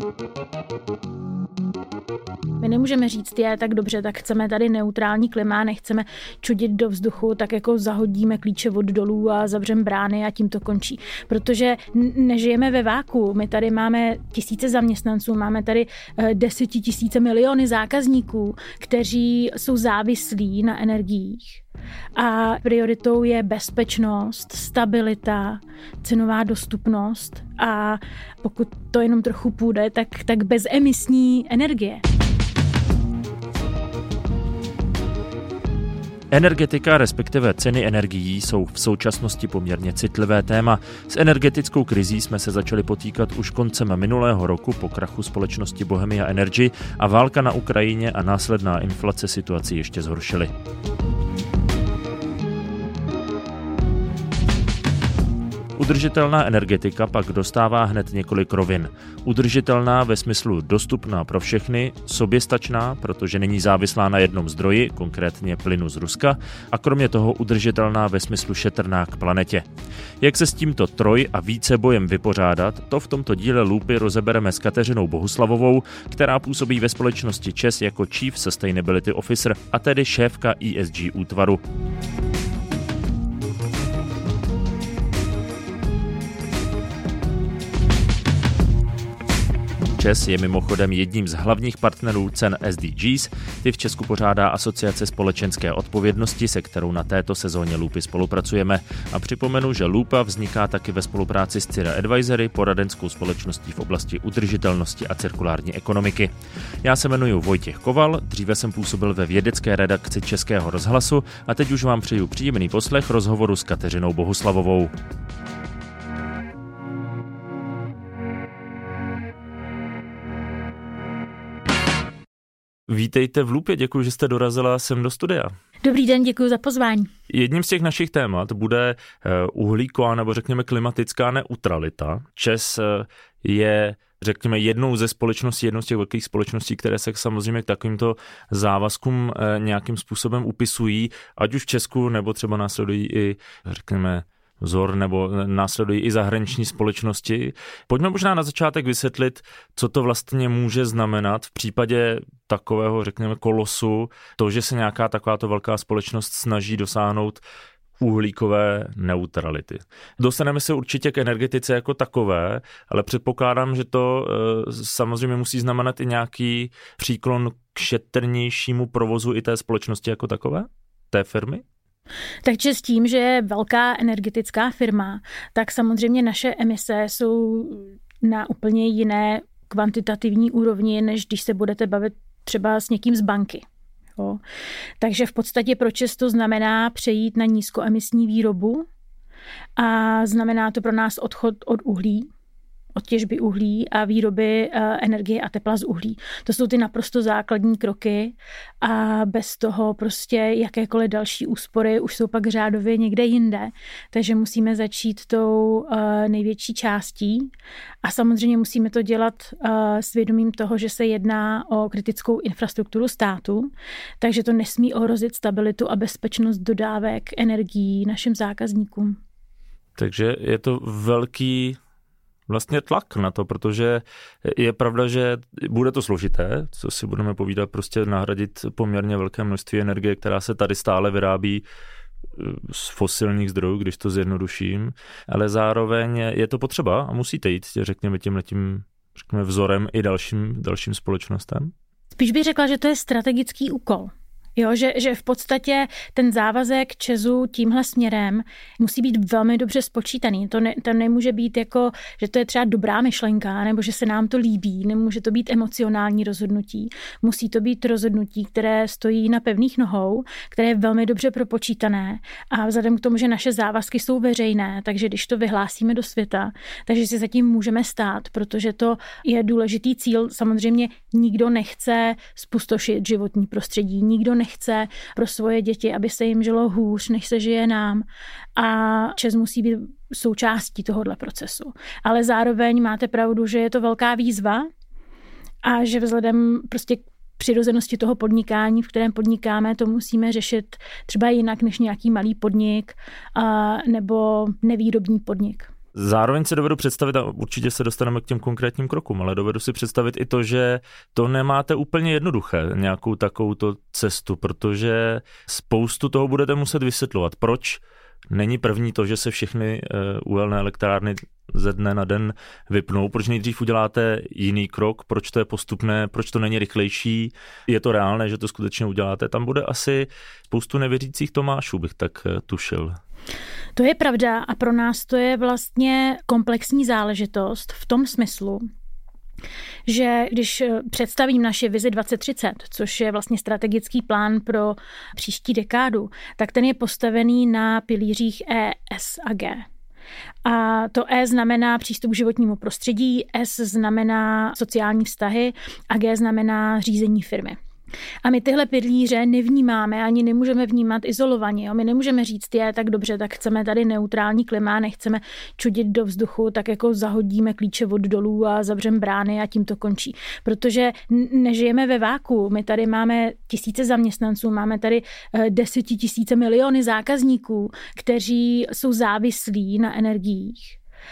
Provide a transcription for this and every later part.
My nemůžeme říct, tak dobře, tak chceme tady neutrální klima, nechceme čudit do vzduchu, tak jako zahodíme klíče od dolů a zavřeme brány a tím to končí. Protože nežijeme ve váku, my tady máme tisíce zaměstnanců, máme tady 10 000 miliony zákazníků, kteří jsou závislí na energiích. A prioritou je bezpečnost, stabilita, cenová dostupnost a pokud to jenom trochu půjde, tak bezemisní energie. Energetika, respektive ceny energií, jsou v současnosti poměrně citlivé téma. S energetickou krizí jsme se začali potýkat už koncem minulého roku po krachu společnosti Bohemia Energy a válka na Ukrajině a následná inflace situaci ještě zhoršily. Udržitelná energetika pak dostává hned několik rovin. Udržitelná ve smyslu dostupná pro všechny, soběstačná, protože není závislá na jednom zdroji, konkrétně plynu z Ruska, a kromě toho udržitelná ve smyslu šetrná k planetě. Jak se s tímto a vícebojem vypořádat, to v tomto díle Lupy rozebereme s Kateřinou Bohuslavovou, která působí ve společnosti ČEZ jako Chief Sustainability Officer, a tedy šéfka ESG útvaru. ČEZ je mimochodem jedním z hlavních partnerů cen SDGs, ty v Česku pořádá Asociace společenské odpovědnosti, se kterou na této sezóně Lupy spolupracujeme. A připomenu, že Lupa vzniká taky ve spolupráci s CIRA Advisory, poradenskou společností v oblasti udržitelnosti a cirkulární ekonomiky. Já se jmenuji Vojtěch Koval, dříve jsem působil ve vědecké redakci Českého rozhlasu a teď už vám přeju příjemný poslech rozhovoru s Kateřinou Bohuslavovou. Vítejte v Lupě, děkuji, že jste dorazila sem do studia. Dobrý den, děkuji za pozvání. Jedním z těch našich témat bude uhlíková nebo řekněme klimatická neutralita. ČEZ je, řekněme, jednou ze společností, jednou z těch velkých společností, které se samozřejmě k takovýmto závazkům nějakým způsobem upisují, ať už v Česku, nebo třeba následují i, řekněme, vzor nebo následují i zahraniční společnosti. Pojďme možná na začátek vysvětlit, co to vlastně může znamenat v případě takového, řekněme, kolosu, to, že se nějaká takováto velká společnost snaží dosáhnout uhlíkové neutrality. Dostaneme se určitě k energetice jako takové, ale předpokládám, že to samozřejmě musí znamenat i nějaký příklon k šetrnějšímu provozu i té společnosti jako takové, té firmy? Takže s tím, že je velká energetická firma, tak samozřejmě naše emise jsou na úplně jiné kvantitativní úrovni, než když se budete bavit třeba s někým z banky. Jo. Takže v podstatě pro ČEZ to znamená přejít na nízkoemisní výrobu a znamená to pro nás odchod od uhlí, od těžby uhlí a výroby energie a tepla z uhlí. To jsou ty naprosto základní kroky a bez toho prostě jakékoliv další úspory už jsou pak řádově někde jinde. Takže musíme začít tou největší částí a samozřejmě musíme to dělat s vědomím toho, že se jedná o kritickou infrastrukturu státu, takže to nesmí ohrozit stabilitu a bezpečnost dodávek energií našim zákazníkům. Takže je to velký vlastně tlak na to, protože je pravda, že bude to složité, co si budeme povídat, prostě nahradit poměrně velké množství energie, která se tady stále vyrábí z fosilních zdrojů, když to zjednoduším, ale zároveň je to potřeba a musíte jít, řekněme, tímhletím, řekněme, vzorem i dalším společnostem. Spíš bych řekla, že to je strategický úkol. Jo, že v podstatě ten závazek ČEZu tímhle směrem musí být velmi dobře spočítaný. To nemůže být jako, že to je třeba dobrá myšlenka, nebo že se nám to líbí, nemůže to být emocionální rozhodnutí. Musí to být rozhodnutí, které stojí na pevných nohou, které je velmi dobře propočítané a vzhledem k tomu, že naše závazky jsou veřejné, takže když to vyhlásíme do světa, takže si zatím můžeme stát, protože to je důležitý cíl. Samozřejmě nikdo nechce zpustošit životní prostředí, nikdo nechce pro svoje děti, aby se jim žilo hůř, než se žije nám. A ČEZ musí být součástí tohohle procesu. Ale zároveň máte pravdu, že je to velká výzva a že vzhledem prostě k přirozenosti toho podnikání, v kterém podnikáme, to musíme řešit třeba jinak než nějaký malý podnik nebo nevýrobní podnik. Zároveň si dovedu představit, a určitě se dostaneme k těm konkrétním krokům, ale dovedu si představit i to, že to nemáte úplně jednoduché, nějakou takovouto cestu, protože spoustu toho budete muset vysvětlovat. Proč není první to, že se všechny uhelné elektrárny ze dne na den vypnou, proč nejdřív uděláte jiný krok, proč to je postupné, proč to není rychlejší, je to reálné, že to skutečně uděláte. Tam bude asi spoustu nevěřících Tomášů, bych tak tušil. To je pravda a pro nás to je vlastně komplexní záležitost v tom smyslu, že když představím naši vizi 2030, což je vlastně strategický plán pro příští dekádu, tak ten je postavený na pilířích E, S a G. A to E znamená přístup k životnímu prostředí, S znamená sociální vztahy a G znamená řízení firmy. A my tyhle pilíře nevnímáme, ani nemůžeme vnímat izolovaně. Jo? My nemůžeme říct, tak dobře, tak chceme tady neutrální klima, nechceme čudit do vzduchu, tak jako zahodíme klíče od dolů a zavřeme brány a tím to končí. Protože nežijeme ve váku. My tady máme tisíce zaměstnanců, máme tady 10 000 miliony zákazníků, kteří jsou závislí na energiích.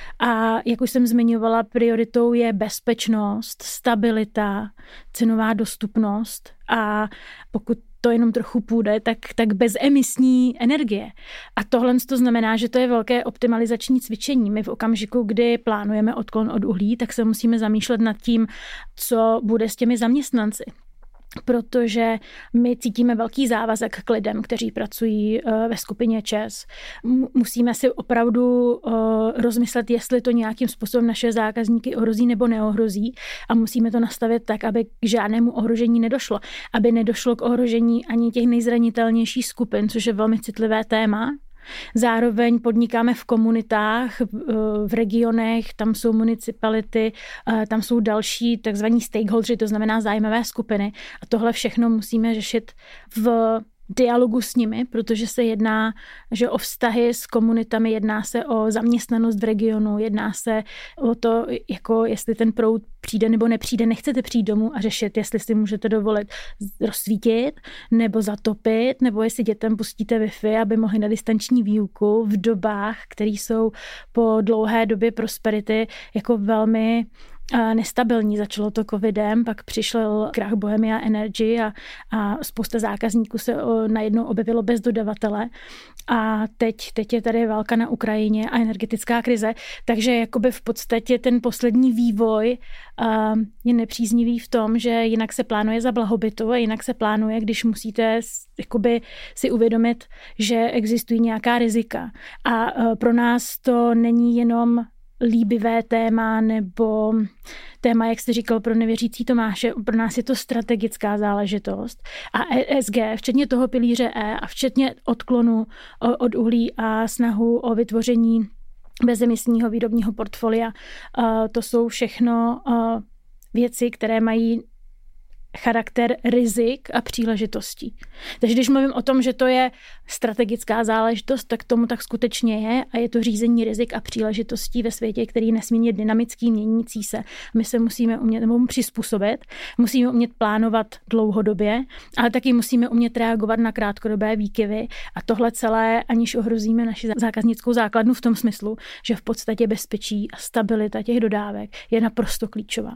A jak už jsem zmiňovala, prioritou je bezpečnost, stabilita, cenová dostupnost a pokud to jenom trochu půjde, tak bezemisní energie. A tohle to znamená, že to je velké optimalizační cvičení. My v okamžiku, kdy plánujeme odklon od uhlí, tak se musíme zamýšlet nad tím, co bude s těmi zaměstnanci. Protože my cítíme velký závazek k lidem, kteří pracují ve skupině ČEZ. Musíme si opravdu rozmyslet, jestli to nějakým způsobem naše zákazníky ohrozí nebo neohrozí a musíme to nastavit tak, aby k žádnému ohrožení nedošlo. Aby nedošlo k ohrožení ani těch nejzranitelnějších skupin, což je velmi citlivé téma. Zároveň podnikáme v komunitách, v regionech, tam jsou municipality, tam jsou další takzvaní stakeholders, to znamená zájmové skupiny. A tohle všechno musíme řešit v dialogu s nimi, protože se jedná, že o vztahy s komunitami, jedná se o zaměstnanost v regionu, jedná se o to, jako jestli ten proud přijde nebo nepřijde, nechcete přijít domů a řešit, jestli si můžete dovolit rozsvítit nebo zatopit, nebo jestli dětem pustíte Wi-Fi, aby mohli na distanční výuku v dobách, které jsou po dlouhé době prosperity jako velmi nestabilní. Začalo to covidem, pak přišel krach Bohemia Energy a spousta zákazníků se najednou objevilo bez dodavatele. A teď je tady válka na Ukrajině a energetická krize. Takže jakoby v podstatě ten poslední vývoj je nepříznivý v tom, že jinak se plánuje za blahobytu a jinak se plánuje, když musíte jakoby si uvědomit, že existují nějaká rizika. A pro nás to není jenom líbivé téma nebo téma, jak jsi říkal, pro nevěřící Tomáše, pro nás je to strategická záležitost. A ESG, včetně toho pilíře E a včetně odklonu od uhlí a snahu o vytvoření bezemisního výrobního portfolia, to jsou všechno věci, které mají charakter rizik a příležitostí. Takže když mluvím o tom, že to je strategická záležitost, tak tomu tak skutečně je a je to řízení rizik a příležitostí ve světě, který je nesmírně dynamický, měnící se. My se musíme umět nebo přizpůsobit, musíme umět plánovat dlouhodobě, ale taky musíme umět reagovat na krátkodobé výkyvy a tohle celé, aniž ohrozíme naši zákaznickou základnu v tom smyslu, že v podstatě bezpečí a stabilita těch dodávek je naprosto klíčová.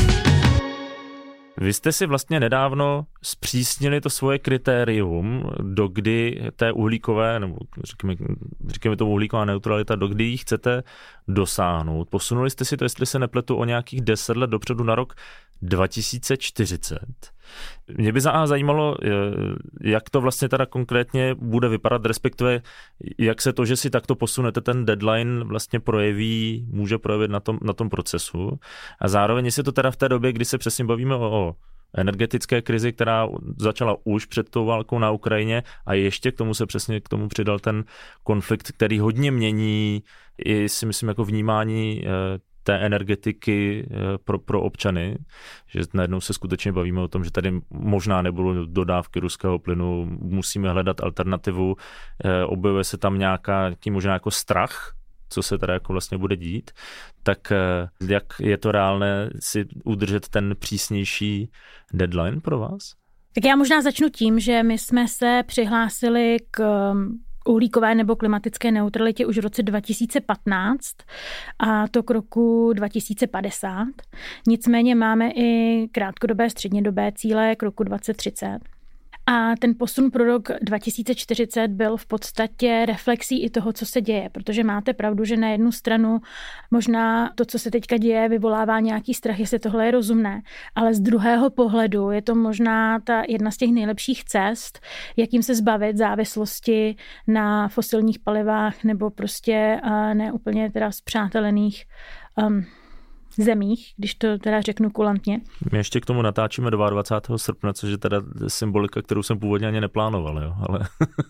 Vy jste si vlastně nedávno zpřísnili to svoje kritérium, dokdy té uhlíkové, nebo říkáme to uhlíková neutralita, dokdy ji chcete dosáhnout. Posunuli jste si to, jestli se nepletu, o nějakých 10 let dopředu na rok 2040. Mě by zajímalo, jak to vlastně teda konkrétně bude vypadat, respektive jak se to, že si takto posunete ten deadline vlastně může projevit na tom procesu. A zároveň, jestli to teda v té době, kdy se přesně bavíme o energetické krizi, která začala už před tou válkou na Ukrajině a ještě k tomu přidal ten konflikt, který hodně mění i si myslím jako vnímání té energetiky pro občany, že najednou se skutečně bavíme o tom, že tady možná nebudou dodávky ruského plynu, musíme hledat alternativu, objevuje se tam nějaký možná jako strach, co se teda jako vlastně bude dít, tak jak je to reálné si udržet ten přísnější deadline pro vás? Tak já možná začnu tím, že my jsme se přihlásili k uhlíkové nebo klimatické neutralitě už v roce 2015 a to k roku 2050. Nicméně máme i krátkodobé, střednědobé cíle k roku 2030. A ten posun pro rok 2040 byl v podstatě reflexí i toho, co se děje, protože máte pravdu, že na jednu stranu možná to, co se teďka děje, vyvolává nějaký strach, jestli tohle je rozumné, ale z druhého pohledu je to možná ta jedna z těch nejlepších cest, jakým se zbavit závislosti na fosilních palivách nebo prostě ne úplně teda spřátelených zemích, když to teda řeknu kulantně. My ještě k tomu natáčíme 22. srpna, což je teda symbolika, kterou jsem původně ani neplánoval, jo, ale...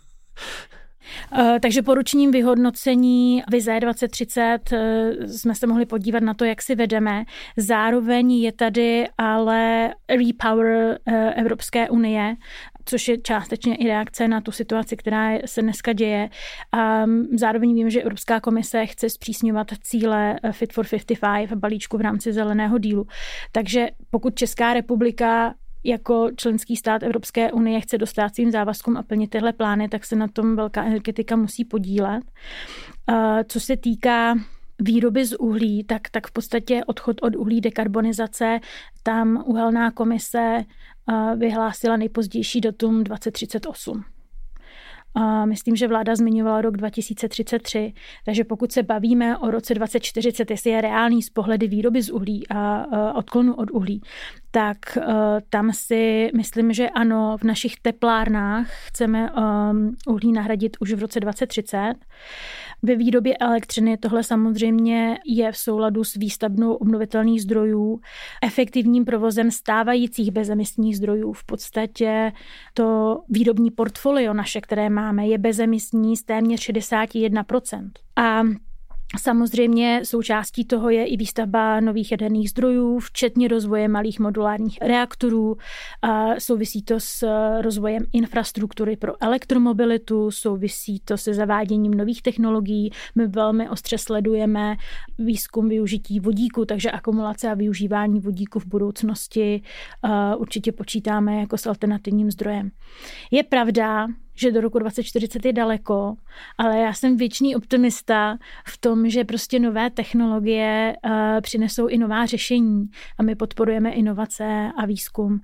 Takže po ročním vyhodnocení Vize 2030 jsme se mohli podívat na to, jak si vedeme. Zároveň je tady ale Repower Evropské unie, což je částečně i reakce na tu situaci, která se dneska děje. A zároveň vím, že Evropská komise chce zpřísňovat cíle Fit for 55 balíčku v rámci zeleného dílu. Takže pokud Česká republika jako členský stát Evropské unie chce dostát svým závazkům a plnit tyhle plány, tak se na tom velká energetika musí podílet. Co se týká výroby z uhlí, tak v podstatě odchod od uhlí, dekarbonizace, tam uhelná komise vyhlásila nejpozdější datum 2038. Myslím, že vláda zmiňovala rok 2033, takže pokud se bavíme o roce 2040, jestli je reálný z pohledu výroby z uhlí a odklonu od uhlí, tak tam si myslím, že ano, v našich teplárnách chceme uhlí nahradit už v roce 2030. Ve výrobě elektřiny tohle samozřejmě je v souladu s výstavbou obnovitelných zdrojů, efektivním provozem stávajících bezemisních zdrojů. V podstatě to výrobní portfolio naše, které máme, je bezemisní z téměř 61%. A samozřejmě součástí toho je i výstavba nových jaderných zdrojů, včetně rozvoje malých modulárních reaktorů. Souvisí to s rozvojem infrastruktury pro elektromobilitu, souvisí to se zaváděním nových technologií. My velmi ostře sledujeme výzkum využití vodíku, takže akumulace a využívání vodíku v budoucnosti určitě počítáme jako s alternativním zdrojem. Je pravda, že do roku 2040 je daleko, ale já jsem věčný optimista v tom, že prostě nové technologie přinesou i nová řešení a my podporujeme inovace a výzkum.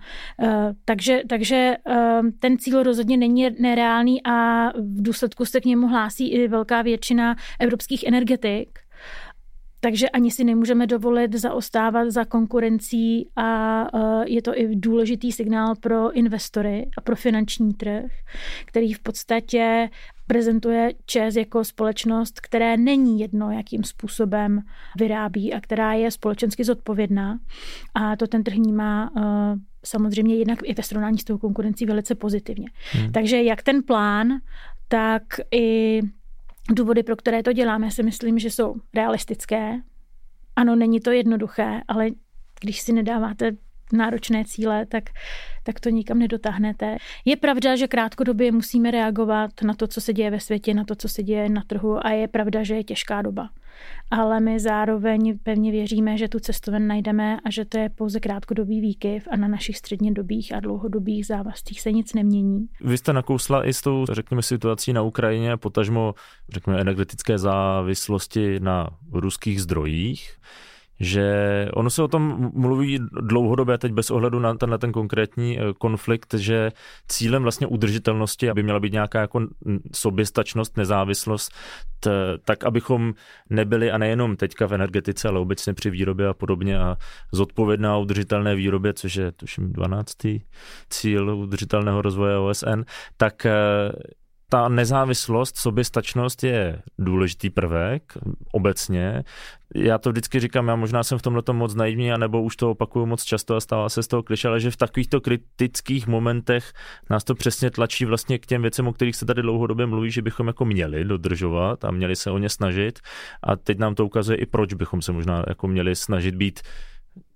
Takže ten cíl rozhodně není nereálný a v důsledku se k němu hlásí i velká většina evropských energetik. Takže ani si nemůžeme dovolit zaostávat za konkurencí a je to i důležitý signál pro investory a pro finanční trh, který v podstatě prezentuje ČEZ jako společnost, které není jedno, jakým způsobem vyrábí a která je společensky zodpovědná. A to ten trh vnímá samozřejmě jednak i ve srovnání s tou konkurencí velice pozitivně. Takže jak ten plán, tak i důvody, pro které to děláme, si myslím, že jsou realistické. Ano, není to jednoduché, ale když si nedáváte náročné cíle, tak to nikam nedotáhnete. Je pravda, že krátkodobě musíme reagovat na to, co se děje ve světě, na to, co se děje na trhu a je pravda, že je těžká doba. Ale my zároveň pevně věříme, že tu cestu ven najdeme a že to je pouze krátkodobý výkyv a na našich střednědobých a dlouhodobých závazcích se nic nemění. Vy jste nakousla i s tou, řekněme, situací na Ukrajině a potažmo, řekněme, energetické závislosti na ruských zdrojích, že ono se o tom mluví dlouhodobě teď bez ohledu na ten konkrétní konflikt, že cílem vlastně udržitelnosti, aby měla být nějaká jako soběstačnost, nezávislost, tak abychom nebyli a nejenom teďka v energetice, ale obecně při výrobě a podobně a zodpovědná udržitelné výrobě, což je tuším 12. cíl udržitelného rozvoje OSN, tak ta nezávislost, soběstačnost je důležitý prvek obecně. Já to vždycky říkám, já možná jsem v tomhletom moc naivní, anebo už to opakuju moc často a stává se z toho klišé, ale že v takovýchto kritických momentech nás to přesně tlačí vlastně k těm věcem, o kterých se tady dlouhodobě mluví, že bychom jako měli dodržovat a měli se o ně snažit. A teď nám to ukazuje i proč bychom se možná jako měli snažit být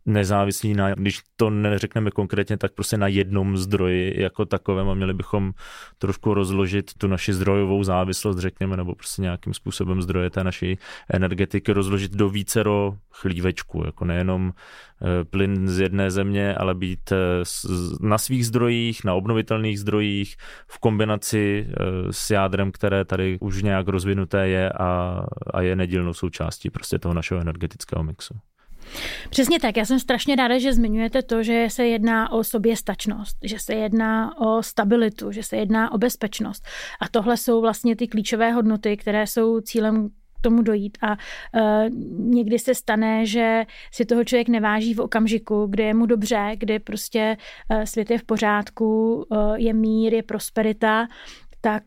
nezávislí na, když to neřekneme konkrétně, tak prostě na jednom zdroji jako takovém a měli bychom trošku rozložit tu naši zdrojovou závislost, řekněme, nebo prostě nějakým způsobem zdroje té naší energetiky rozložit do vícero chlívečků, jako nejenom plyn z jedné země, ale být na svých zdrojích, na obnovitelných zdrojích, v kombinaci s jádrem, které tady už nějak rozvinuté je a je nedílnou součástí prostě toho našeho energetického mixu. Přesně tak. Já jsem strašně ráda, že zmiňujete to, že se jedná o soběstačnost, že se jedná o stabilitu, že se jedná o bezpečnost. A tohle jsou vlastně ty klíčové hodnoty, které jsou cílem k tomu dojít. A někdy se stane, že si toho člověk neváží v okamžiku, kdy je mu dobře, kdy prostě svět je v pořádku, je mír, je prosperita, tak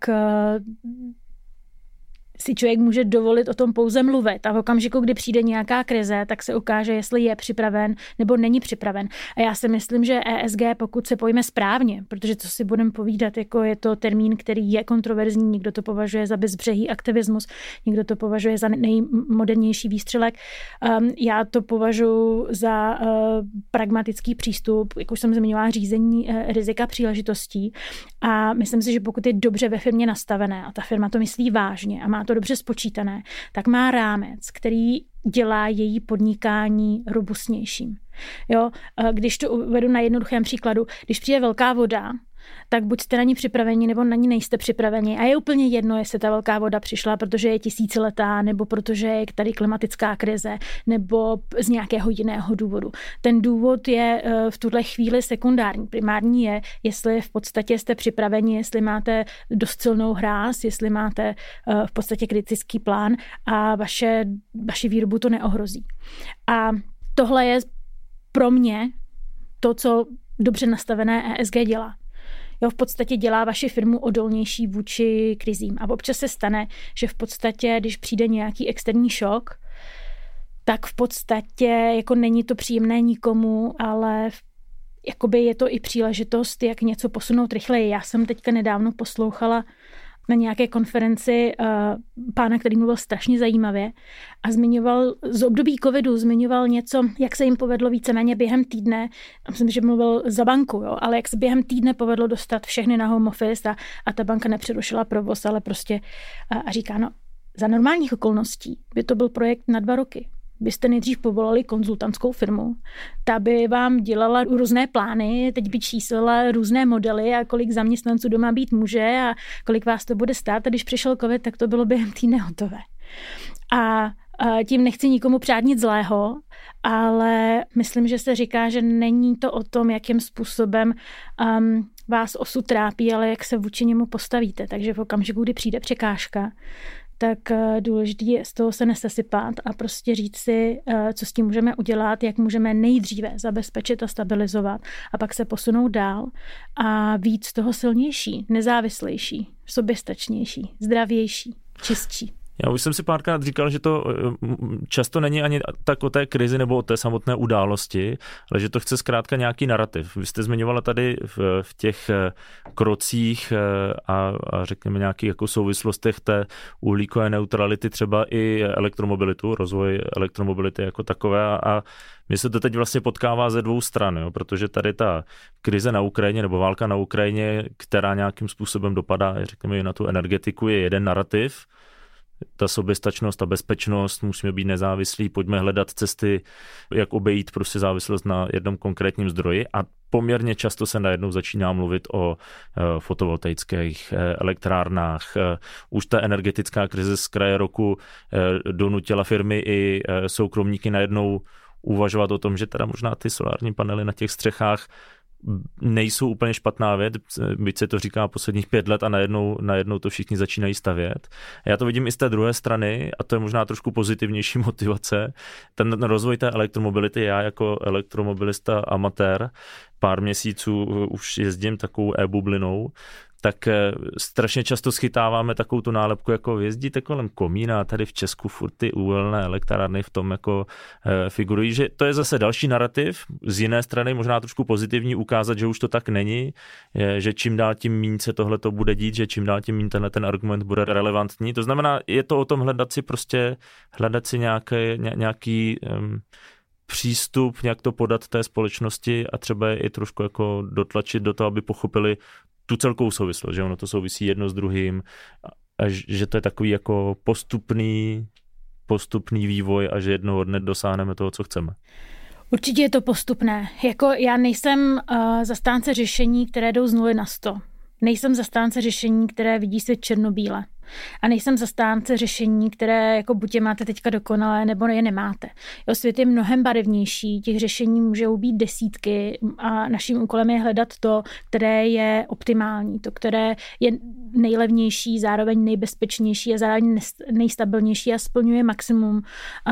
si člověk může dovolit o tom pouze mluvit a v okamžiku, kdy přijde nějaká krize, tak se ukáže, jestli je připraven nebo není připraven. A já si myslím, že ESG, pokud se pojme správně, protože co si budeme povídat, jako je to termín, který je kontroverzní, někdo to považuje za bezbřehý aktivismus, někdo to považuje za nejmodernější výstřelek. Já to považuji za pragmatický přístup, jak už jsem zmiňovala, řízení rizika příležitostí. A myslím si, že pokud je dobře ve firmě nastavené a ta firma to myslí vážně a má to dobře spočítané, tak má rámec, který dělá její podnikání robustnějším. Jo, když to uvedu na jednoduchém příkladu, když přijde velká voda, tak buď jste na ní připraveni, nebo na ní nejste připraveni. A je úplně jedno, jestli ta velká voda přišla, protože je tisíciletá, nebo protože je tady klimatická krize, nebo z nějakého jiného důvodu. Ten důvod je v tuhle chvíli sekundární. Primární je, jestli v podstatě jste připraveni, jestli máte dost silnou hráz, jestli máte v podstatě kritický plán a vaši výrobu to neohrozí. A tohle je pro mě to, co dobře nastavené ESG dělá. Jo, v podstatě dělá vaši firmu odolnější vůči krizím. A občas se stane, že v podstatě, když přijde nějaký externí šok, tak v podstatě jako není to příjemné nikomu, ale jakoby je to i příležitost, jak něco posunout rychleji. Já jsem teďka nedávno poslouchala na nějaké konferenci pána, který mluvil strašně zajímavě a zmiňoval z období covidu, zmiňoval něco, jak se jim povedlo víceméně během týdne, myslím, že mluvil za banku, jo, ale jak se během týdne povedlo dostat všechny na home office a ta banka nepřerušila provoz, ale prostě a říká, no, za normálních okolností by to byl projekt na 2 roky. Byste nejdřív povolali konzultantskou firmu, ta by vám dělala různé plány, teď by číslila různé modely a kolik zaměstnanců doma být může a kolik vás to bude stát. A když přišel covid, tak to bylo během týdne hotové. A tím nechci nikomu přát nic zlého, ale myslím, že se říká, že není to o tom, jakým způsobem vás osud trápí, ale jak se vůči němu postavíte. Takže v okamžiku, kdy přijde překážka, tak důležité je z toho se nesesypat a prostě říct si, co s tím můžeme udělat, jak můžeme nejdříve zabezpečit a stabilizovat a pak se posunout dál a víc z toho silnější, nezávislejší, soběstačnější, zdravější, čistší. Já už jsem si párkrát říkal, že to často není ani tak o té krizi nebo o té samotné události, ale že to chce zkrátka nějaký narrativ. Vy jste zmiňovala tady v těch krocích a řekněme nějakých jako souvislostech té uhlíkové neutrality třeba i elektromobilitu, rozvoj elektromobility jako takové a mně se to teď vlastně potkává ze 2 stran, jo, protože tady ta krize na Ukrajině nebo válka na Ukrajině, která nějakým způsobem dopadá, řekněme i na tu energetiku, je jeden narrativ. Ta soběstačnost a bezpečnost, musíme být nezávislí, pojďme hledat cesty, jak obejít prostě závislost na jednom konkrétním zdroji a poměrně často se najednou začíná mluvit o fotovoltaických elektrárnách. Už ta energetická krize z kraje roku donutila firmy i soukromníky najednou uvažovat o tom, že teda možná ty solární panely na těch střechách nejsou úplně špatná věc, byť se to říká posledních 5 let a najednou to všichni začínají stavět. Já to vidím i z té druhé strany a to je možná trošku pozitivnější motivace. Ten rozvoj té elektromobility, já jako elektromobilista amatér, pár měsíců už jezdím takovou e-bublinou, tak strašně často schytáváme takovou tu nálepku, jako jezdíte kolem komína a tady v Česku furt ty uhelné elektrárny v tom jako figurují, že to je zase další narrativ, z jiné strany možná trošku pozitivní ukázat, že už to tak není, že čím dál tím míň se tohle to bude dít, že čím dál tím míň ten argument bude relevantní. To znamená, je to o tom hledat si nějaký přístup, nějak to podat té společnosti a třeba je i trošku jako dotlačit do toho, aby pochopili tu celkovou souvislost, že ono to souvisí jedno s druhým a že to je takový jako postupný vývoj a že jednoho dne dosáhneme toho, co chceme. Určitě je to postupné. Jako já nejsem zastánce řešení, které jdou z 0 na 100. Nejsem zastánce řešení, které vidí svět černobíle. A nejsem zastánce řešení, které jako buď je máte teďka dokonalé, nebo je nemáte. Jo, svět je mnohem barevnější, těch řešení můžou být desítky a naším úkolem je hledat to, které je optimální, to, které je nejlevnější, zároveň nejbezpečnější a zároveň nejstabilnější a splňuje maximum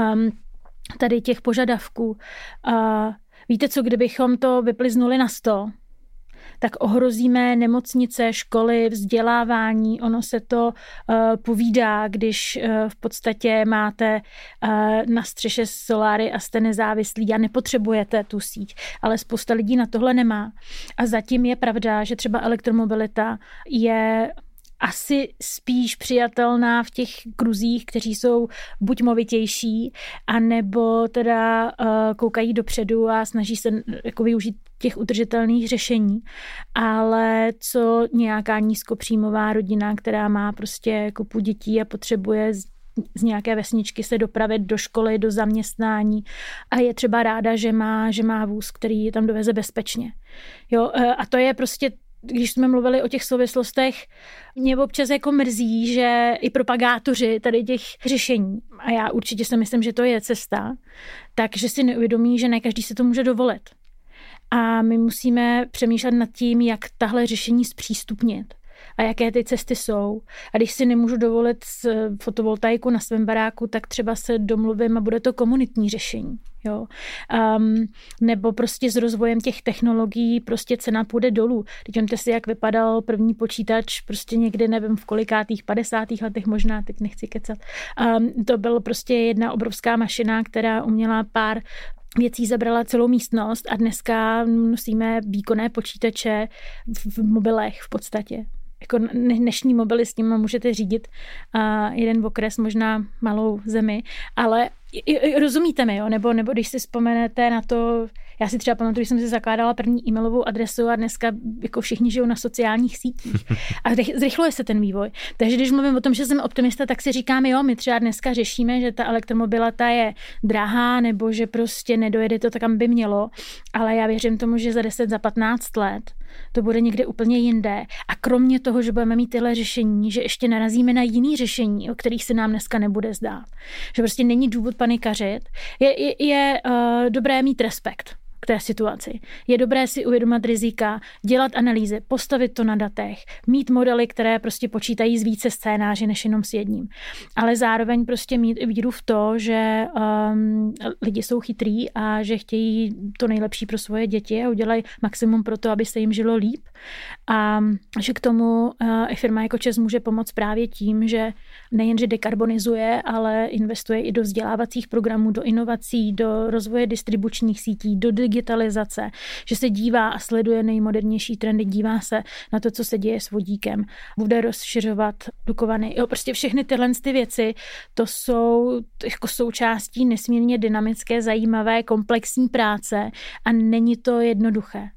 tady těch požadavků. Víte co, kdybychom to vypli z 0 na 100, tak ohrozíme nemocnice, školy, vzdělávání. Ono se to povídá, když v podstatě máte na střeše soláry a jste nezávislí a nepotřebujete tu síť. Ale spousta lidí na tohle nemá. A zatím je pravda, že třeba elektromobilita je asi spíš přijatelná v těch kruzích, kteří jsou buď movitější, anebo teda koukají dopředu a snaží se jako využít těch udržitelných řešení. Ale co nějaká nízkopříjmová rodina, která má prostě kupu dětí a potřebuje z nějaké vesničky se dopravit do školy, do zaměstnání a je třeba ráda, že má vůz, který je tam doveze bezpečně. Jo, a to je prostě, když jsme mluvili o těch souvislostech, mě občas jako mrzí, že i propagátoři tady těch řešení, a já určitě si myslím, že to je cesta, takže si neuvědomí, že ne každý si to může dovolit. A my musíme přemýšlet nad tím, jak tahle řešení zpřístupnit a jaké ty cesty jsou. A když si nemůžu dovolit fotovoltaiku na svém baráku, tak třeba se domluvím a bude to komunitní řešení. Jo. Nebo prostě s rozvojem těch technologií prostě cena půjde dolů. Teď vemte si, jak vypadal první počítač prostě někdy, nevím, v kolikátých 50. letech možná, teď nechci kecat. To byl prostě jedna obrovská mašina, která uměla pár věcí zabrala celou místnost a dneska nosíme výkonné počítače v mobilech v podstatě. Jako dnešní mobily s nimi můžete řídit jeden okres, možná malou zemi, ale rozumíte mi, jo? Nebo když si vzpomenete na to, já si třeba pamatuju, že jsem si zakládala první e-mailovou adresu a dneska jako všichni žijou na sociálních sítích a zrychluje se ten vývoj. Takže když mluvím o tom, že jsem optimista, tak si říkám, jo, my třeba dneska řešíme, že ta elektromobilita je drahá nebo že prostě nedojede to tak, kam by mělo, ale já věřím tomu, že za 10, za 15 let to bude někde úplně jinde. A kromě toho, že budeme mít tyhle řešení, že ještě narazíme na jiný řešení, o kterých se nám dneska nebude zdát. Že prostě není důvod panikařit. Je dobré mít respekt k té situaci. Je dobré si uvědomit rizika, dělat analýzy, postavit to na datech, mít modely, které prostě počítají z více scénáři než jenom s jedním. Ale zároveň prostě mít i víru v to, že lidi jsou chytrý a že chtějí to nejlepší pro svoje děti a udělají maximum pro to, aby se jim žilo líp. A že k tomu i firma jako ČEZ může pomoct právě tím, že nejenže dekarbonizuje, ale investuje i do vzdělávacích programů, do inovací, do rozvoje distribučních sítí, do digitalizace, že se dívá a sleduje nejmodernější trendy, dívá se na to, co se děje s vodíkem, bude rozšiřovat Dukovany. Jo, prostě všechny tyhle ty věci, to jsou jako součástí nesmírně dynamické, zajímavé, komplexní práce a není to jednoduché.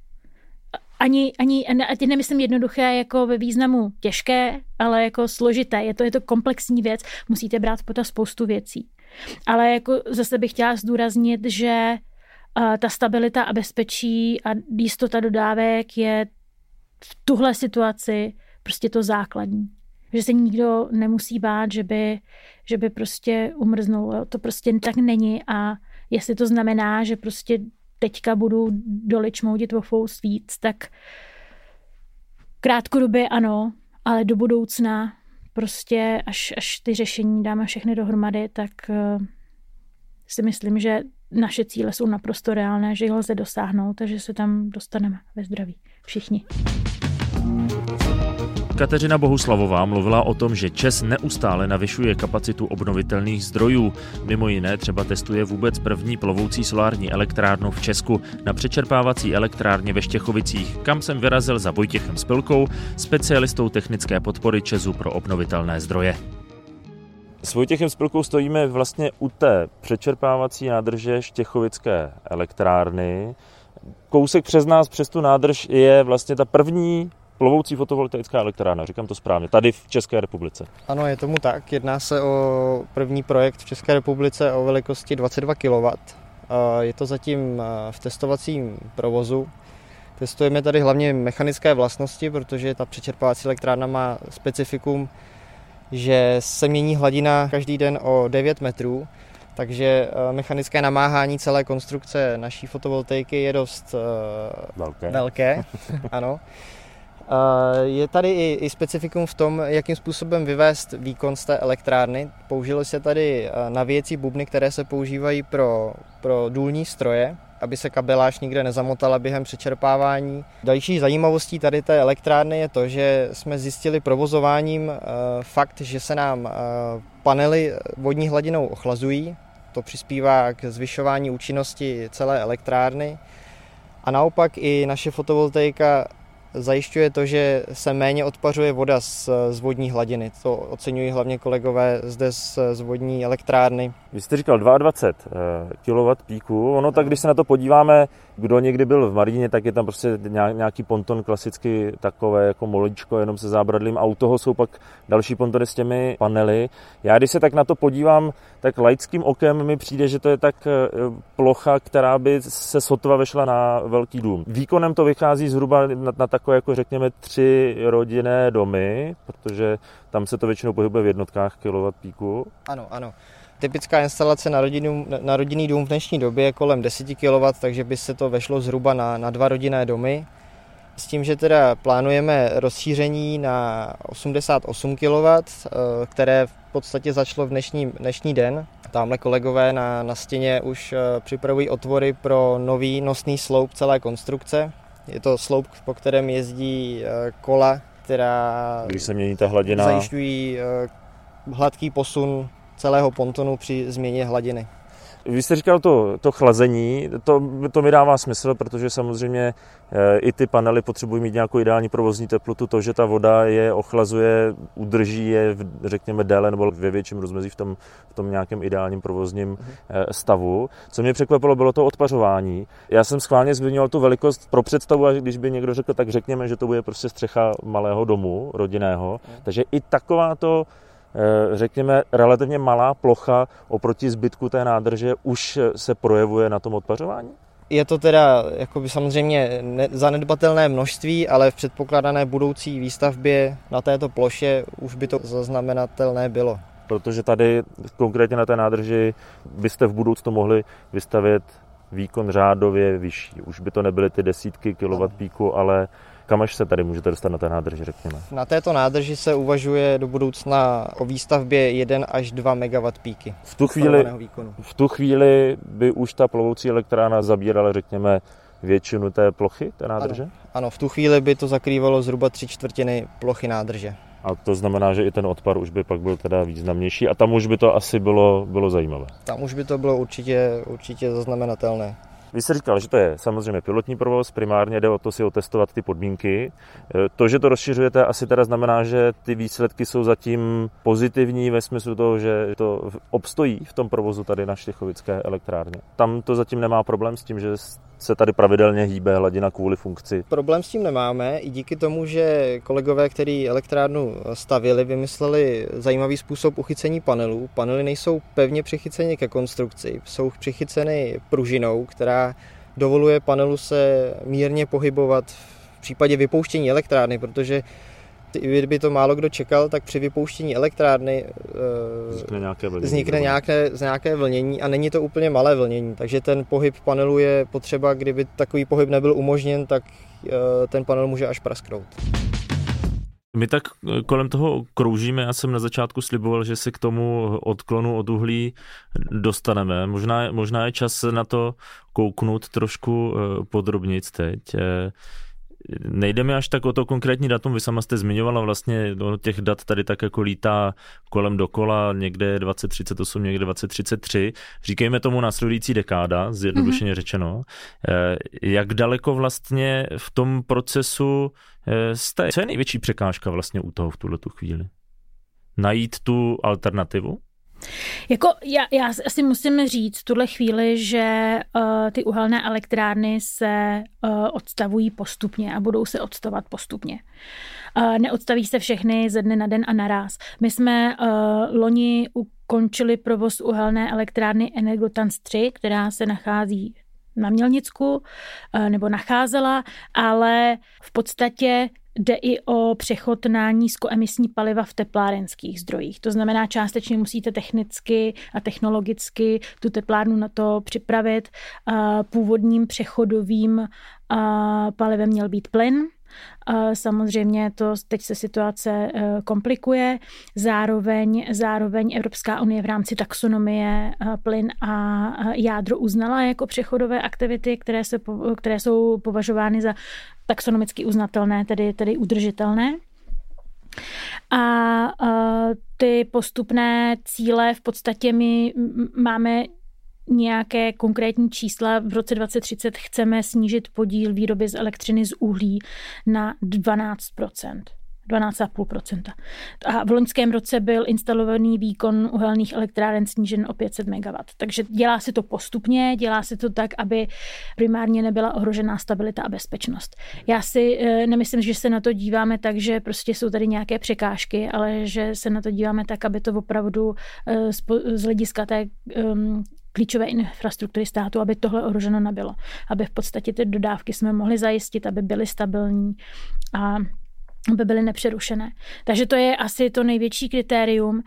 Ani nemyslím jednoduché jako ve významu těžké, ale jako složité. Je to komplexní věc, musíte brát v potaz spoustu věcí. Ale jako zase bych chtěla zdůraznit, že ta stabilita a bezpečí a jistota dodávek je v tuhle situaci prostě to základní. Že se nikdo nemusí bát, že by prostě umrznul. To prostě tak není a jestli to znamená, že prostě teďka budu doličmoudit o fous víc, tak krátkodobě ano, ale do budoucna prostě až ty řešení dáme všechny dohromady, tak si myslím, že naše cíle jsou naprosto reálné, že jich lze dosáhnout a že se tam dostaneme ve zdraví. Všichni. Kateřina Bohuslavová mluvila o tom, že ČEZ neustále navyšuje kapacitu obnovitelných zdrojů. Mimo jiné třeba testuje vůbec první plovoucí solární elektrárnu v Česku na přečerpávací elektrárně ve Štěchovicích, kam jsem vyrazil za Vojtěchem Spilkou, specialistou technické podpory ČEZu pro obnovitelné zdroje. S Vojtěchem Spilkou stojíme vlastně u té přečerpávací nádrže Štěchovické elektrárny. Kousek přes nás, přes tu nádrž, je vlastně ta první plovoucí fotovoltaická elektrárna, říkám to správně, tady v České republice. Ano, je tomu tak. Jedná se o první projekt v České republice o velikosti 22 kW. Je to zatím v testovacím provozu. Testujeme tady hlavně mechanické vlastnosti, protože ta přečerpávací elektrárna má specifikum, že se mění hladina každý den o 9 metrů, takže mechanické namáhání celé konstrukce naší fotovoltaiky je dost velké. Ano. Je tady i specifikum v tom, jakým způsobem vyvést výkon z té elektrárny. Použily se tady navíjecí bubny, které se používají pro důlní stroje, aby se kabeláž nikde nezamotala během přečerpávání. Další zajímavostí tady té elektrárny je to, že jsme zjistili provozováním fakt, že se nám panely vodní hladinou ochlazují. To přispívá k zvyšování účinnosti celé elektrárny. A naopak i naše fotovoltaika zajišťuje to, že se méně odpařuje voda z vodní hladiny. To oceňují hlavně kolegové zde z vodní elektrárny. Vy jste říkal 22 kW píku. Ono tak, když se na to podíváme, kdo někdy byl v Maríně, tak je tam prostě nějaký ponton klasicky takové jako molíčko, jenom se zábradlím, a u toho jsou pak další pontony s těmi panely. Já když se tak na to podívám, tak laickým okem mi přijde, že to je tak plocha, která by se sotva vešla na velký dům. Výkonem to vychází zhruba na takové, jako řekněme, 3 rodinné domy, protože tam se to většinou pohybuje v jednotkách kilowatt píku. Ano. Typická instalace na rodinný dům v dnešní době je kolem 10 kW, takže by se to vešlo zhruba na 2 rodinné domy. S tím, že teda plánujeme rozšíření na 88 kW, které v podstatě začalo v dnešní den. Tamhle kolegové na stěně už připravují otvory pro nový nosný sloup celé konstrukce. Je to sloup, po kterém jezdí kola, která když se mění ta hladina, zajišťují hladký posun celého pontonu při změně hladiny. Vy jste říkal to chlazení, to mi dává smysl, protože samozřejmě i ty panely potřebují mít nějakou ideální provozní teplotu. To, že ta voda je ochlazuje, udrží je, řekněme, déle nebo ve větším rozmezí v tom nějakém ideálním provozním stavu. Co mě překvapilo, bylo to odpařování. Já jsem schválně zmiňoval tu velikost pro představu, a když by někdo řekl, tak řekněme, že to bude prostě střecha malého domu, rodinného. Takže i takováto, řekněme, relativně malá plocha oproti zbytku té nádrže už se projevuje na tom odpařování? Je to teda jakoby samozřejmě zanedbatelné množství, ale v předpokládané budoucí výstavbě na této ploše už by to zaznamenatelné bylo. Protože tady konkrétně na té nádrži byste v budoucnu mohli vystavět výkon řádově vyšší. Už by to nebyly ty desítky kilowatt píku, ale kam až se tady můžete dostat na té nádrži, řekněme? Na této nádrži se uvažuje do budoucna o výstavbě 1 až 2 MW píky. V tu chvíli by už ta plovoucí elektrárna zabírala, řekněme, většinu té plochy, té nádrže? Ano, v tu chvíli by to zakrývalo zhruba 3/4 plochy nádrže. A to znamená, že i ten odpar už by pak byl teda významnější a tam už by to asi bylo zajímavé. Tam už by to bylo určitě zaznamenatelné. Vy jste říkal, že to je samozřejmě pilotní provoz, primárně jde o to si otestovat ty podmínky. To, že to rozšiřujete, asi teda znamená, že ty výsledky jsou zatím pozitivní ve smyslu toho, že to obstojí v tom provozu tady na Štěchovické elektrárně. Tam to zatím nemá problém s tím, že se tady pravidelně hýbe hladina kvůli funkci. Problém s tím nemáme, i díky tomu, že kolegové, kteří elektrárnu stavili, vymysleli zajímavý způsob uchycení panelů. Panely nejsou pevně přichyceny ke konstrukci, jsou přichyceny pružinou, která dovoluje panelu se mírně pohybovat v případě vypouštění elektrárny, protože kdyby to málo kdo čekal, tak při vypouštění elektrárny vznikne nějaké vlnění a není to úplně malé vlnění, takže ten pohyb panelu je potřeba, kdyby takový pohyb nebyl umožněn, tak ten panel může až prasknout. My tak kolem toho kroužíme, já jsem na začátku sliboval, že se k tomu odklonu od uhlí dostaneme. Možná je čas na to kouknout trošku podrobněji teď. Nejde mi až tak o to konkrétní datum, vy sama jste zmiňovala vlastně těch dat tady tak jako lítá kolem dokola, někde 2038, někde 2033. Říkejme tomu následující dekáda, zjednodušeně řečeno. Jak daleko vlastně v tom procesu jste? Co je největší překážka vlastně u toho v tuhletu chvíli? Najít tu alternativu? Já asi musím říct v tuhle chvíli, že ty uhelné elektrárny se odstavují postupně a budou se odstavovat postupně. Neodstaví se všechny ze dne na den a naráz. My jsme loni ukončili provoz uhelné elektrárny Energotans 3, která se nachází na Mělnicku, nebo nacházela, ale v podstatě jde i o přechod na nízkoemisní paliva v teplárenských zdrojích. To znamená, částečně musíte technicky a technologicky tu teplárnu na to připravit. Původním přechodovým palivem měl být plyn. Samozřejmě teď se situace komplikuje. Zároveň Evropská unie v rámci taxonomie plyn a jádro uznala jako přechodové aktivity, které jsou považovány za taxonomicky uznatelné, tedy udržitelné. A ty postupné cíle v podstatě my máme nějaké konkrétní čísla. V roce 2030 chceme snížit podíl výroby z elektřiny z uhlí na 12%. 12,5%. A v loňském roce byl instalovaný výkon uhelných elektráren snížen o 500 MW. Takže dělá se to postupně, dělá se to tak, aby primárně nebyla ohrožená stabilita a bezpečnost. Já si nemyslím, že se na to díváme tak, že prostě jsou tady nějaké překážky, ale že se na to díváme tak, aby to opravdu z hlediska té klíčové infrastruktury státu, aby tohle ohroženo nebylo. Aby v podstatě ty dodávky jsme mohli zajistit, aby byly stabilní a aby byly nepřerušené. Takže to je asi to největší kritérium.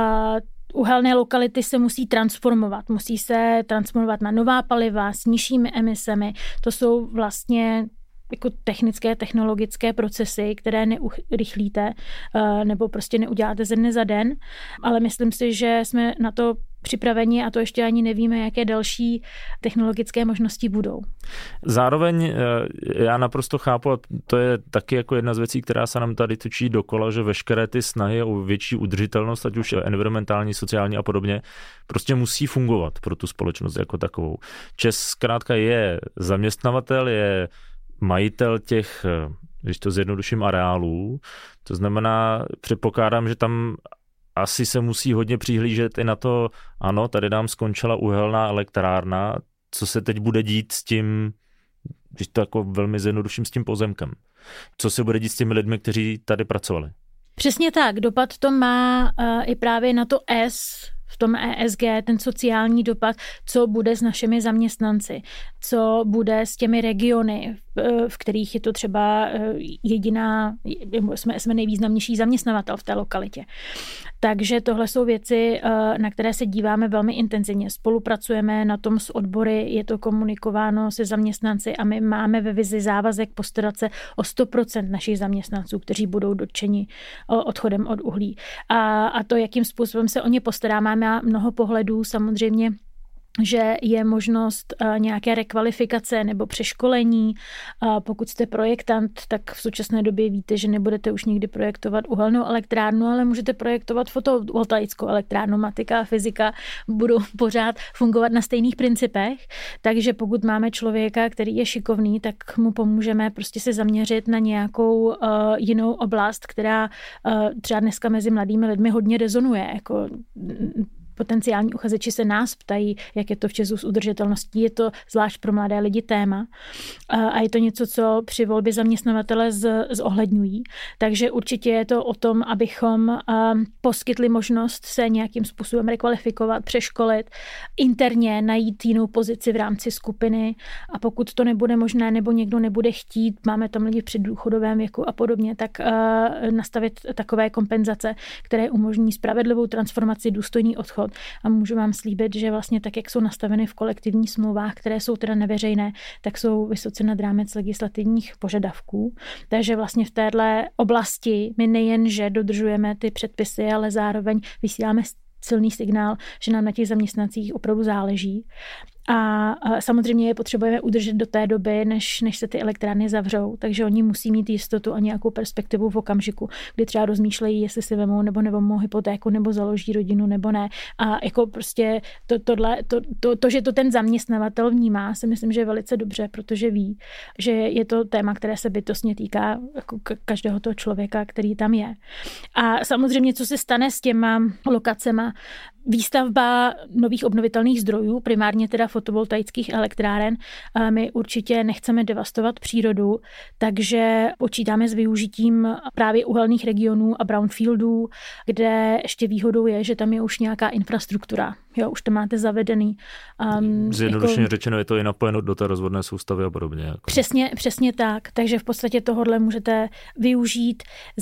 Uhelné lokality se musí transformovat. Musí se transformovat na nová paliva s nižšími emisemi. To jsou vlastně jako technologické procesy, které neurychlíte nebo prostě neuděláte ze dne za den. Ale myslím si, že jsme na to připraveni a to ještě ani nevíme, jaké další technologické možnosti budou. Zároveň já naprosto chápu, a to je taky jako jedna z věcí, která se nám tady točí dokola, že veškeré ty snahy o větší udržitelnost, ať už environmentální, sociální a podobně, prostě musí fungovat pro tu společnost jako takovou. ČEZ zkrátka je zaměstnavatel, je majitel těch, když to zjednoduším, areálů. To znamená, předpokládám, že tam asi se musí hodně přihlížet i na to, ano, tady nám skončila uhelná elektrárna, co se teď bude dít s tím, když to jako velmi zjednoduším, s tím pozemkem. Co se bude dít s těmi lidmi, kteří tady pracovali? Přesně tak, dopad to má i právě na to S, v tom ESG, ten sociální dopad, co bude s našimi zaměstnanci, co bude s těmi regiony, v kterých je to třeba jediná, jsme nejvýznamnější zaměstnavatel v té lokalitě. Takže tohle jsou věci, na které se díváme velmi intenzivně. Spolupracujeme na tom s odbory, je to komunikováno se zaměstnanci a my máme ve vizi závazek postarat se o 100% našich zaměstnanců, kteří budou dotčeni odchodem od uhlí. A to, jakým způsobem se o ně postaráme, má mnoho pohledů samozřejmě, že je možnost nějaké rekvalifikace nebo přeškolení. Pokud jste projektant, tak v současné době víte, že nebudete už nikdy projektovat uhelnou elektrárnu, ale můžete projektovat fotovoltaickou elektrárnu. Matika a fyzika budou pořád fungovat na stejných principech, takže pokud máme člověka, který je šikovný, tak mu pomůžeme prostě se zaměřit na nějakou jinou oblast, která třeba dneska mezi mladými lidmi hodně rezonuje, jako potenciální uchazeči se nás ptají, jak je to v ČEZu s udržitelností. Je to zvlášť pro mladé lidi téma a je to něco, co při volbě zaměstnavatele zohledňují. Takže určitě je to o tom, abychom poskytli možnost se nějakým způsobem rekvalifikovat, přeškolit, interně najít jinou pozici v rámci skupiny a pokud to nebude možné nebo někdo nebude chtít, máme tam lidi v předdůchodovém věku a podobně, tak nastavit takové kompenzace, které umožní spravedlivou transformaci, důstojný odchod. A můžu vám slíbit, že vlastně tak, jak jsou nastaveny v kolektivních smlouvách, které jsou teda neveřejné, tak jsou vysoce nad rámec legislativních požadavků. Takže vlastně v téhle oblasti my nejenže dodržujeme ty předpisy, ale zároveň vysíláme silný signál, že nám na těch zaměstnancích opravdu záleží. A samozřejmě je potřebujeme udržet do té doby, než se ty elektrárny zavřou, takže oni musí mít jistotu a nějakou perspektivu v okamžiku, kdy třeba rozmýšlejí, jestli si vemou nebo nevemou hypotéku, nebo založí rodinu, nebo ne. A jako prostě to, že to ten zaměstnavatel vnímá, si myslím, že je velice dobře, protože ví, že je to téma, které se bytostně týká jako každého toho člověka, který tam je. A samozřejmě, co se stane s těma lokacema, Výstavba nových obnovitelných zdrojů, primárně teda fotovoltaických elektráren, my určitě nechceme devastovat přírodu, takže počítáme s využitím právě uhelných regionů a brownfieldů, kde ještě výhodou je, že tam je už nějaká infrastruktura. Jo, už to máte zavedený. Zjednodušeně řečeno, je to i napojeno do té rozvodné soustavy a podobně. Jako. Přesně tak. Takže v podstatě tohodle můžete využít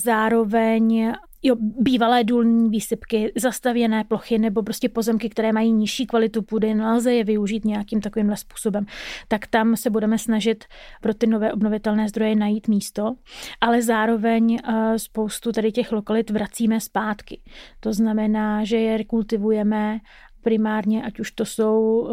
zároveň bývalé důlní výsypky, zastavěné plochy nebo prostě pozemky, které mají nižší kvalitu půdy, nelze je využít nějakým takovýmhle způsobem. Tak tam se budeme snažit pro ty nové obnovitelné zdroje najít místo, ale zároveň spoustu tady těch lokalit vracíme zpátky. To znamená, že je rekultivujeme primárně, ať už to jsou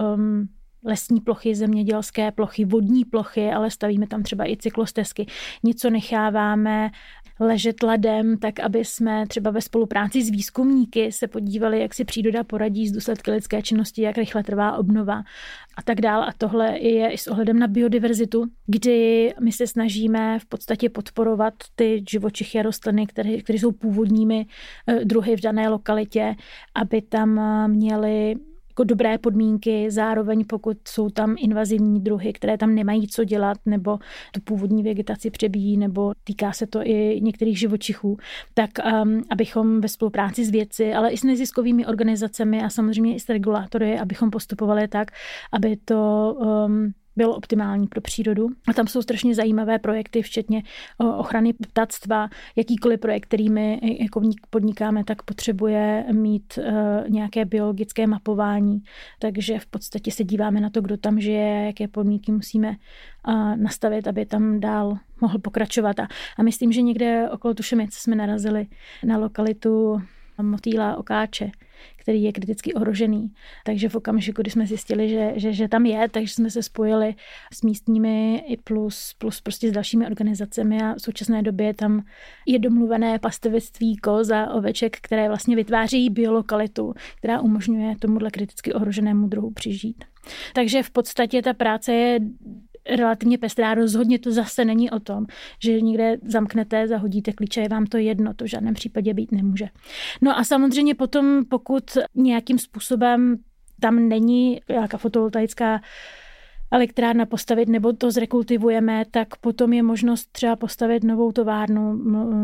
lesní plochy, zemědělské plochy, vodní plochy, ale stavíme tam třeba i cyklostezky. Něco necháváme ležet ladem, tak aby jsme třeba ve spolupráci s výzkumníky se podívali, jak si příroda poradí s důsledky lidské činnosti, jak rychle trvá obnova a tak dále. A tohle je i s ohledem na biodiverzitu, kdy my se snažíme v podstatě podporovat ty živočichy a rostliny, které jsou původními druhy v dané lokalitě, aby tam měli jako dobré podmínky, zároveň pokud jsou tam invazivní druhy, které tam nemají co dělat, nebo tu původní vegetaci přebíjí, nebo týká se to i některých živočichů, tak abychom ve spolupráci s vědci, ale i s neziskovými organizacemi a samozřejmě i s regulátory, abychom postupovali tak, aby to bylo optimální pro přírodu. A tam jsou strašně zajímavé projekty, včetně ochrany ptactva. Jakýkoliv projekt, který my jako podnikáme, tak potřebuje mít nějaké biologické mapování. Takže v podstatě se díváme na to, kdo tam žije, jaké podmínky musíme nastavit, aby tam dál mohl pokračovat. A myslím, že někde okolo Tušemic jsme narazili na lokalitu motýla okáče, který je kriticky ohrožený. Takže v okamžiku, kdy jsme zjistili, že tam je, takže jsme se spojili s místními i plus prostě s dalšími organizacemi a v současné době tam je domluvené pastevectví koz a oveček, které vlastně vytváří biolokalitu, která umožňuje tomuhle kriticky ohroženému druhu přežít. Takže v podstatě ta práce je relativně pestrá. Rozhodně to zase není o tom, že někde zamknete, zahodíte klíče, je vám to jedno, to v žádném případě být nemůže. No a samozřejmě potom, pokud nějakým způsobem tam není nějaká fotovoltaická elektrárna postavit nebo to zrekultivujeme, tak potom je možnost třeba postavit novou továrnu.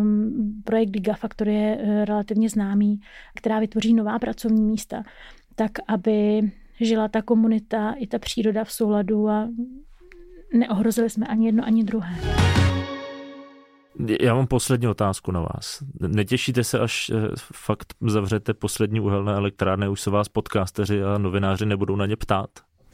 Projekt Gigafactory je relativně známý, která vytvoří nová pracovní místa, tak aby žila ta komunita i ta příroda v souladu a neohrozili jsme ani jedno, ani druhé. Já mám poslední otázku na vás. Netěšíte se, až fakt zavřete poslední uhelné elektrárny, už se vás podcasteři a novináři nebudou na ně ptát?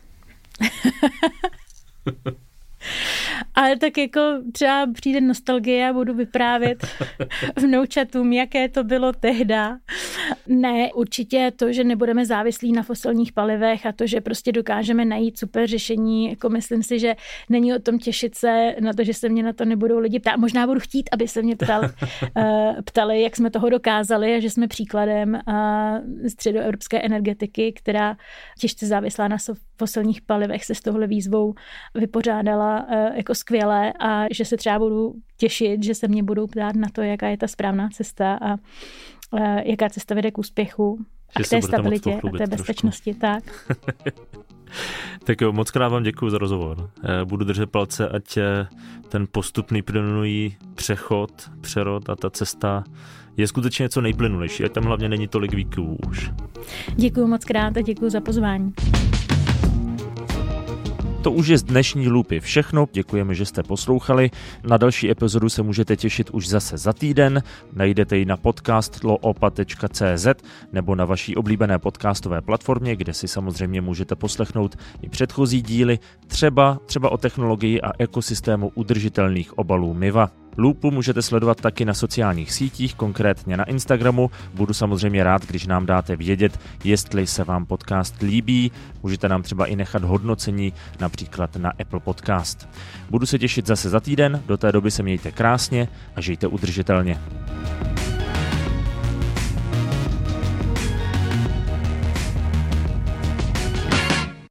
Ale tak jako třeba přijde nostalgie a budu vyprávět vnoučatům, jaké to bylo tehda. Ne, určitě to, že nebudeme závislí na fosilních palivech a to, že prostě dokážeme najít super řešení, jako myslím si, že není o tom těšit se na to, že se mě na to nebudou lidi ptát. Možná budu chtít, aby se mě ptali, jak jsme toho dokázali a že jsme příkladem středoevropské energetiky, která těžce závislá na fosilních palivech, se s touhle výzvou vypořádala jako skvěle a že se třeba budu těšit, že se mě budou ptát na to, jaká je ta správná cesta a jaká cesta vede k úspěchu a k té stabilitě a té bezpečnosti. Tak. Tak jo, moc krát vám děkuji za rozhovor. Budu držet palce, ať ten postupný plynulý přerod a ta cesta je skutečně něco nejplynulejší, ať tam hlavně není tolik výkyvů už. Děkuji moc krát a děkuji za pozvání. To už je z dnešní Lupy všechno, děkujeme, že jste poslouchali. Na další epizodu se můžete těšit už zase za týden, najdete ji na podcast.loopa.cz nebo na vaší oblíbené podcastové platformě, kde si samozřejmě můžete poslechnout i předchozí díly, třeba o technologii a ekosystému udržitelných obalů Miva. Lupu můžete sledovat taky na sociálních sítích, konkrétně na Instagramu. Budu samozřejmě rád, když nám dáte vědět, jestli se vám podcast líbí. Můžete nám třeba i nechat hodnocení, například na Apple Podcast. Budu se těšit zase za týden, do té doby se mějte krásně a žijte udržitelně.